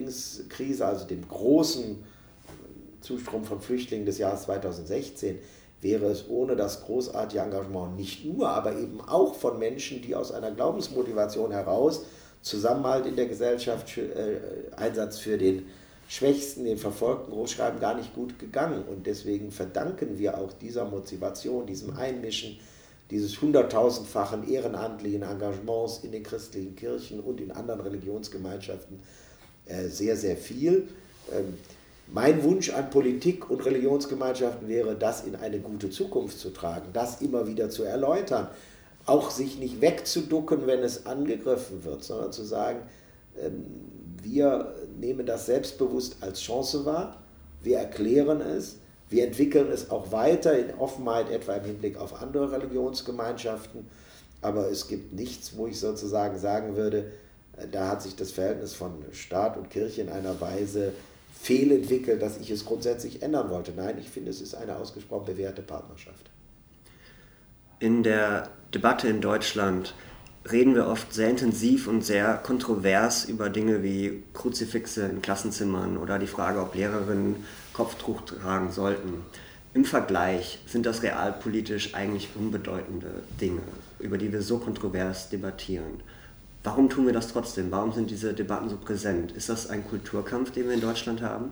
Flüchtlingskrise, also dem großen Zustrom von Flüchtlingen des Jahres 2016, wäre es ohne das großartige Engagement nicht nur, aber eben auch von Menschen, die aus einer Glaubensmotivation heraus Zusammenhalt in der Gesellschaft, Einsatz für den Schwächsten, den Verfolgten großschreiben, gar nicht gut gegangen. Und deswegen verdanken wir auch dieser Motivation, diesem Einmischen, dieses 100.000-fachen ehrenamtlichen Engagements in den christlichen Kirchen und in anderen Religionsgemeinschaften sehr, sehr viel. Mein Wunsch an Politik und Religionsgemeinschaften wäre, das in eine gute Zukunft zu tragen, das immer wieder zu erläutern, auch sich nicht wegzuducken, wenn es angegriffen wird, sondern zu sagen, wir nehmen das selbstbewusst als Chance wahr, wir erklären es, wir entwickeln es auch weiter in Offenheit, etwa im Hinblick auf andere Religionsgemeinschaften, aber es gibt nichts, wo ich sozusagen sagen würde, da hat sich das Verhältnis von Staat und Kirche in einer Weise fehlentwickelt, dass ich es grundsätzlich ändern wollte. Nein, ich finde, es ist eine ausgesprochen bewährte Partnerschaft.
In der Debatte in Deutschland reden wir oft sehr intensiv und sehr kontrovers über Dinge wie Kruzifixe in Klassenzimmern oder die Frage, ob Lehrerinnen Kopftuch tragen sollten. Im Vergleich sind das realpolitisch eigentlich unbedeutende Dinge, über die wir so kontrovers debattieren. Warum tun wir das trotzdem? Warum sind diese Debatten so präsent? Ist das ein Kulturkampf, den wir in Deutschland haben?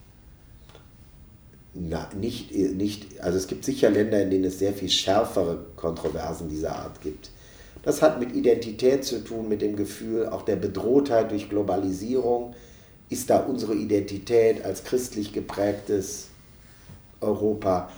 Na, nicht. Also es gibt sicher Länder, in denen es sehr viel schärfere Kontroversen dieser Art gibt. Das hat mit Identität zu tun, mit dem Gefühl auch der Bedrohtheit durch Globalisierung. Ist da unsere Identität als christlich geprägtes Europa,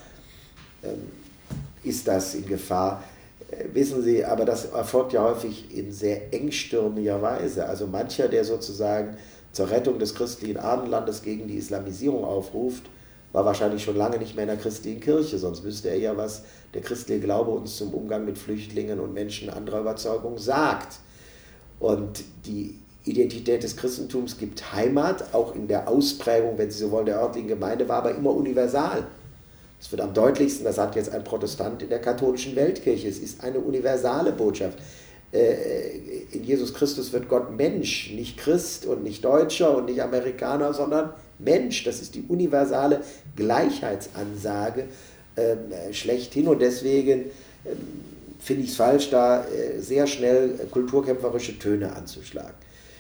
ist das in Gefahr? Wissen Sie, aber das erfolgt ja häufig in sehr engstirniger Weise. Also mancher, der sozusagen zur Rettung des christlichen Abendlandes gegen die Islamisierung aufruft, war wahrscheinlich schon lange nicht mehr in der christlichen Kirche, sonst wüsste er ja, was der christliche Glaube uns zum Umgang mit Flüchtlingen und Menschen anderer Überzeugung sagt. Und die Identität des Christentums gibt Heimat, auch in der Ausprägung, wenn Sie so wollen, der örtlichen Gemeinde, war aber immer universal. Es wird am deutlichsten, das sagt jetzt ein Protestant in der katholischen Weltkirche, es ist eine universale Botschaft. In Jesus Christus wird Gott Mensch, nicht Christ und nicht Deutscher und nicht Amerikaner, sondern Mensch. Das ist die universale Gleichheitsansage schlechthin und deswegen finde ich es falsch, da sehr schnell kulturkämpferische Töne anzuschlagen.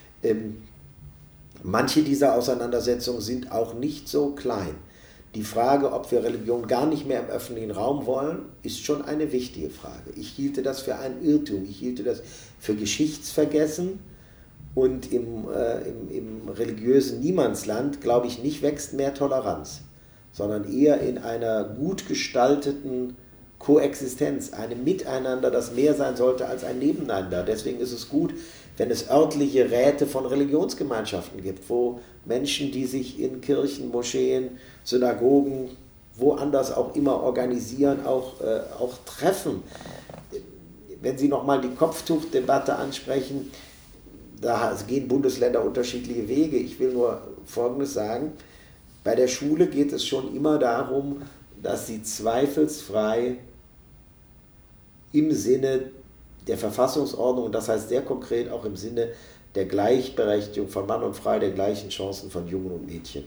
Manche dieser Auseinandersetzungen sind auch nicht so klein. Die Frage, ob wir Religion gar nicht mehr im öffentlichen Raum wollen, ist schon eine wichtige Frage. Ich hielte das für einen Irrtum, ich hielte das für Geschichtsvergessen und im religiösen Niemandsland, glaube ich, nicht wächst mehr Toleranz, sondern eher in einer gut gestalteten Koexistenz, einem Miteinander, das mehr sein sollte als ein Nebeneinander. Deswegen ist es gut, wenn es örtliche Räte von Religionsgemeinschaften gibt, wo Menschen, die sich in Kirchen, Moscheen, Synagogen, woanders auch immer organisieren, auch treffen. Wenn Sie nochmal die Kopftuchdebatte ansprechen, da gehen Bundesländer unterschiedliche Wege. Ich will nur Folgendes sagen. Bei der Schule geht es schon immer darum, dass sie zweifelsfrei im Sinne der Verfassungsordnung, und das heißt sehr konkret auch im Sinne der Gleichberechtigung von Mann und Frau, der gleichen Chancen von Jungen und Mädchen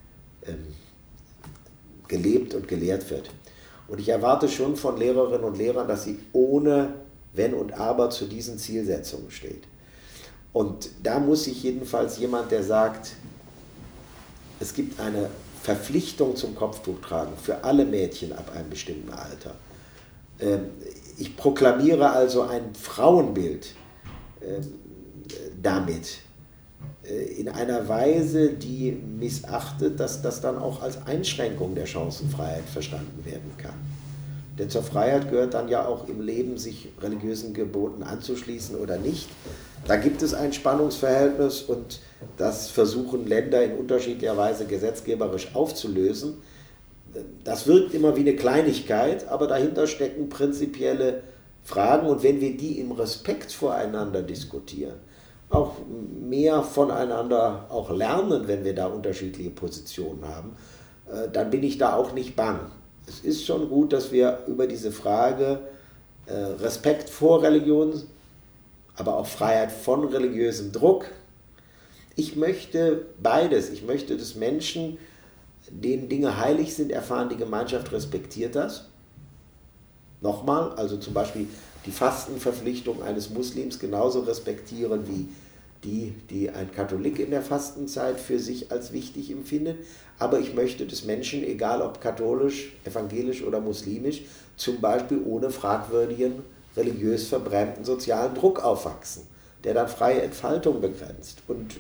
gelebt und gelehrt wird. Und ich erwarte schon von Lehrerinnen und Lehrern, dass sie ohne Wenn und Aber zu diesen Zielsetzungen steht. Und da muss sich jedenfalls jemand, der sagt, es gibt eine Verpflichtung zum Kopftuchtragen für alle Mädchen ab einem bestimmten Alter. Ich proklamiere also ein Frauenbild damit in einer Weise, die missachtet, dass das dann auch als Einschränkung der Chancenfreiheit verstanden werden kann. Denn zur Freiheit gehört dann ja auch im Leben, sich religiösen Geboten anzuschließen oder nicht. Da gibt es ein Spannungsverhältnis und das versuchen Länder in unterschiedlicher Weise gesetzgeberisch aufzulösen. Das wirkt immer wie eine Kleinigkeit, aber dahinter stecken prinzipielle Fragen und wenn wir die im Respekt voreinander diskutieren, auch mehr voneinander auch lernen, wenn wir da unterschiedliche Positionen haben, dann bin ich da auch nicht bang. Es ist schon gut, dass wir über diese Frage Respekt vor Religion, aber auch Freiheit von religiösem Druck. Ich möchte beides. Ich möchte, dass Menschen, denen Dinge heilig sind, erfahren, die Gemeinschaft respektiert das. nochmal, also zum Beispiel die Fastenverpflichtung eines Muslims genauso respektieren wie die ein Katholik in der Fastenzeit für sich als wichtig empfindet. Aber ich möchte, dass Menschen, egal ob katholisch, evangelisch oder muslimisch, zum Beispiel ohne fragwürdigen, religiös verbrämten sozialen Druck aufwachsen, der dann freie Entfaltung begrenzt. Und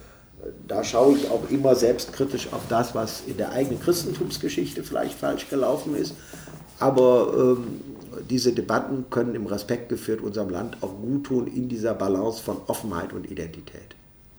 da schaue ich auch immer selbstkritisch auf das, was in der eigenen Christentumsgeschichte vielleicht falsch gelaufen ist. Aber diese Debatten können im Respekt geführt unserem Land auch gut tun in dieser Balance von Offenheit und Identität.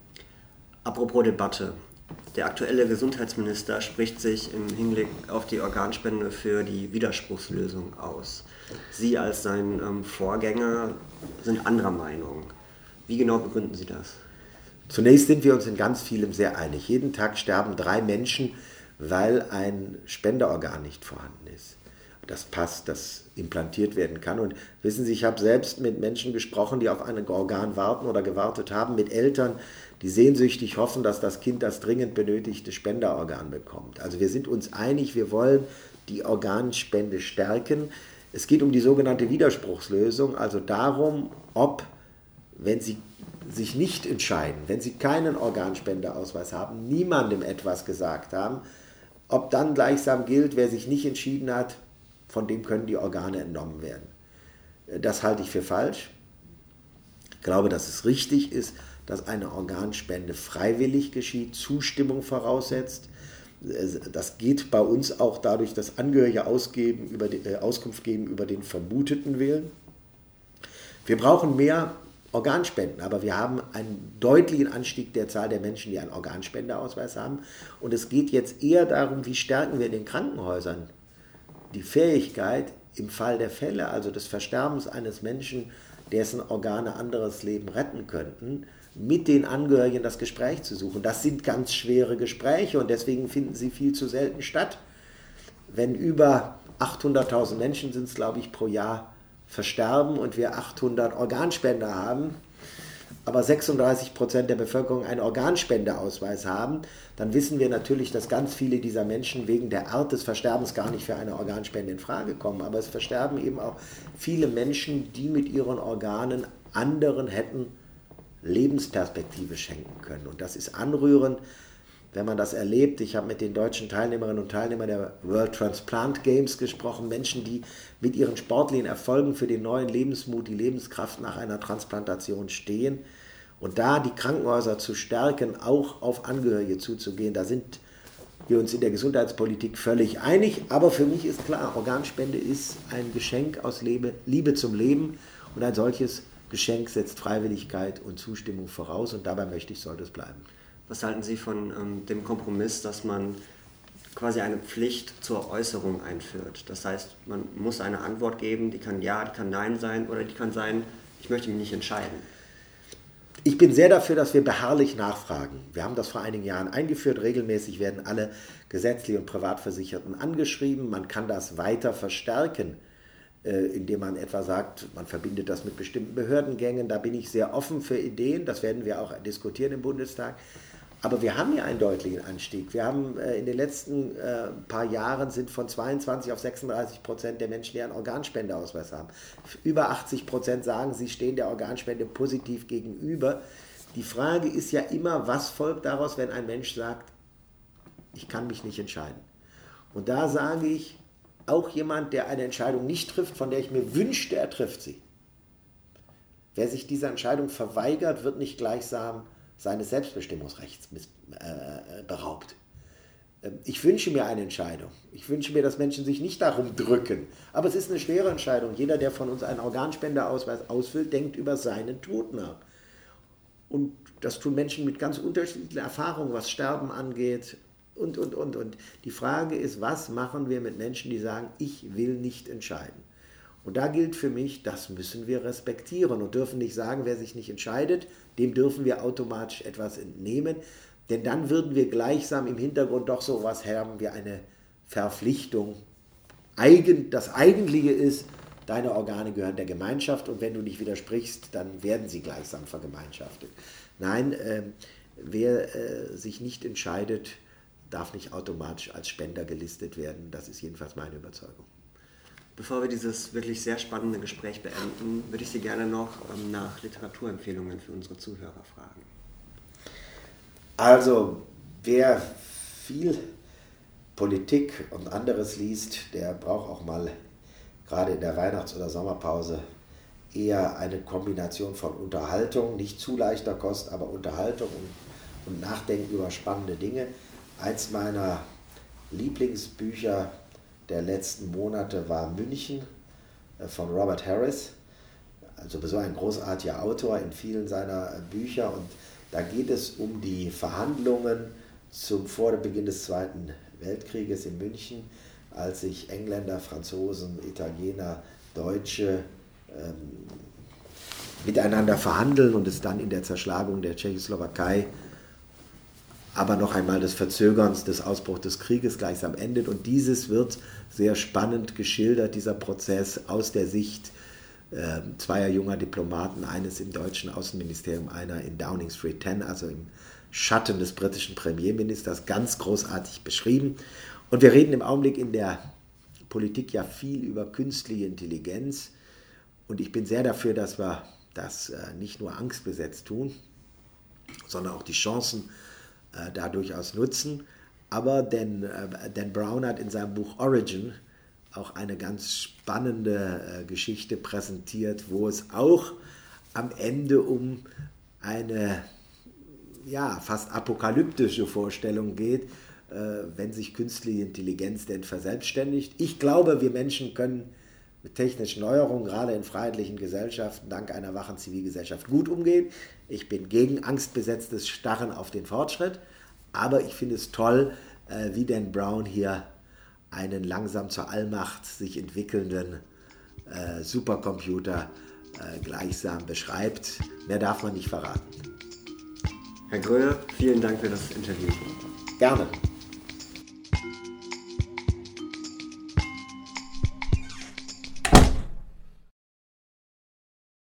Apropos Debatte. Der aktuelle Gesundheitsminister spricht sich im Hinblick auf die Organspende für die Widerspruchslösung aus. Sie als sein Vorgänger sind anderer Meinung. Wie genau begründen Sie das?
Zunächst sind wir uns in ganz vielem sehr einig. Jeden Tag sterben 3 Menschen, weil ein Spenderorgan nicht vorhanden ist. Das passt, das implantiert werden kann. Und wissen Sie, ich habe selbst mit Menschen gesprochen, die auf ein Organ warten oder gewartet haben, mit Eltern, die sehnsüchtig hoffen, dass das Kind das dringend benötigte Spenderorgan bekommt. Also wir sind uns einig, wir wollen die Organspende stärken. Es geht um die sogenannte Widerspruchslösung, also darum, ob, wenn Sie sich nicht entscheiden, wenn Sie keinen Organspendeausweis haben, niemandem etwas gesagt haben, ob dann gleichsam gilt, wer sich nicht entschieden hat, von dem können die Organe entnommen werden. Das halte ich für falsch. Ich glaube, dass es richtig ist, dass eine Organspende freiwillig geschieht, Zustimmung voraussetzt. Das geht bei uns auch dadurch, dass Angehörige Auskunft geben über den vermuteten Willen. Wir brauchen mehr Organspenden, aber wir haben einen deutlichen Anstieg der Zahl der Menschen, die einen Organspendeausweis haben. Und es geht jetzt eher darum, wie stärken wir in den Krankenhäusern die Fähigkeit, im Fall der Fälle, also des Versterbens eines Menschen, dessen Organe anderes Leben retten könnten, mit den Angehörigen das Gespräch zu suchen. Das sind ganz schwere Gespräche und deswegen finden sie viel zu selten statt. Wenn über 800.000 Menschen sind es, glaube ich, pro Jahr versterben und wir 800 Organspender haben, aber 36% der Bevölkerung einen Organspendeausweis haben, dann wissen wir natürlich, dass ganz viele dieser Menschen wegen der Art des Versterbens gar nicht für eine Organspende in Frage kommen. Aber es versterben eben auch viele Menschen, die mit ihren Organen anderen hätten Lebensperspektive schenken können. Und das ist anrührend, wenn man das erlebt. Ich habe mit den deutschen Teilnehmerinnen und Teilnehmern der World Transplant Games gesprochen, Menschen, die mit ihren sportlichen Erfolgen für den neuen Lebensmut, die Lebenskraft nach einer Transplantation stehen. Und da die Krankenhäuser zu stärken, auch auf Angehörige zuzugehen, da sind wir uns in der Gesundheitspolitik völlig einig. Aber für mich ist klar, Organspende ist ein Geschenk aus Liebe zum Leben und ein solches Geschenk setzt Freiwilligkeit und Zustimmung voraus und dabei sollte es bleiben.
Was halten Sie von dem Kompromiss, dass man quasi eine Pflicht zur Äußerung einführt? Das heißt, man muss eine Antwort geben, die kann Ja, die kann Nein sein oder die kann sein, ich möchte mich nicht entscheiden.
Ich bin sehr dafür, dass wir beharrlich nachfragen. Wir haben das vor einigen Jahren eingeführt. Regelmäßig werden alle gesetzlich und Privatversicherten angeschrieben. Man kann das weiter verstärken, indem man etwa sagt, man verbindet das mit bestimmten Behördengängen. Da bin ich sehr offen für Ideen. Das werden wir auch diskutieren im Bundestag. Aber wir haben ja einen deutlichen Anstieg. Wir haben in den letzten paar Jahren sind von 22 auf 36% der Menschen, die einen Organspendeausweis haben. Über 80% sagen, sie stehen der Organspende positiv gegenüber. Die Frage ist ja immer, was folgt daraus, wenn ein Mensch sagt, ich kann mich nicht entscheiden. Und da sage ich, auch jemand, der eine Entscheidung nicht trifft, von der ich mir wünschte, er trifft sie. Wer sich dieser Entscheidung verweigert, wird nicht gleichsam seines Selbstbestimmungsrechts beraubt. Ich wünsche mir eine Entscheidung. Ich wünsche mir, dass Menschen sich nicht darum drücken. Aber es ist eine schwere Entscheidung. Jeder, der von uns einen Organspendeausweis ausfüllt, denkt über seinen Tod nach. Und das tun Menschen mit ganz unterschiedlichen Erfahrungen, was Sterben angeht. Und. Die Frage ist, was machen wir mit Menschen, die sagen, ich will nicht entscheiden? Und da gilt für mich, das müssen wir respektieren und dürfen nicht sagen, wer sich nicht entscheidet, dem dürfen wir automatisch etwas entnehmen. Denn dann würden wir gleichsam im Hintergrund doch sowas haben wie eine Verpflichtung. Das Eigentliche ist, deine Organe gehören der Gemeinschaft und wenn du nicht widersprichst, dann werden sie gleichsam vergemeinschaftet. Nein, wer sich nicht entscheidet, darf nicht automatisch als Spender gelistet werden. Das ist jedenfalls meine Überzeugung.
Bevor wir dieses wirklich sehr spannende Gespräch beenden, würde ich Sie gerne noch nach Literaturempfehlungen für unsere Zuhörer fragen.
Also, wer viel Politik und anderes liest, der braucht auch mal gerade in der Weihnachts- oder Sommerpause eher eine Kombination von Unterhaltung, nicht zu leichter Kost, aber Unterhaltung und Nachdenken über spannende Dinge. Eins meiner Lieblingsbücher der letzten Monate war München von Robert Harris, also so ein großartiger Autor in vielen seiner Bücher, und da geht es um die Verhandlungen vor dem Beginn des Zweiten Weltkrieges in München, als sich Engländer, Franzosen, Italiener, Deutsche miteinander verhandeln und es dann in der Zerschlagung der Tschechoslowakei, aber noch einmal des Verzögerns des Ausbruchs des Krieges gleichsam endet. Und dieses wird sehr spannend geschildert, dieser Prozess aus der Sicht zweier junger Diplomaten, eines im deutschen Außenministerium, einer in Downing Street 10, also im Schatten des britischen Premierministers, ganz großartig beschrieben. Und wir reden im Augenblick in der Politik ja viel über künstliche Intelligenz. Und ich bin sehr dafür, dass wir das nicht nur angstbesetzt tun, sondern auch die Chancen da durchaus nutzen. Aber Dan Brown hat in seinem Buch Origin auch eine ganz spannende Geschichte präsentiert, wo es auch am Ende um eine fast apokalyptische Vorstellung geht, wenn sich künstliche Intelligenz denn verselbstständigt. Ich glaube, wir Menschen können mit technischen Neuerungen, gerade in freiheitlichen Gesellschaften, dank einer wachen Zivilgesellschaft gut umgehen. Ich bin gegen angstbesetztes Starren auf den Fortschritt, aber ich finde es toll, wie Dan Brown hier einen langsam zur Allmacht sich entwickelnden Supercomputer gleichsam beschreibt. Mehr darf man nicht verraten.
Herr Gröhe, vielen Dank für das Interview.
Gerne.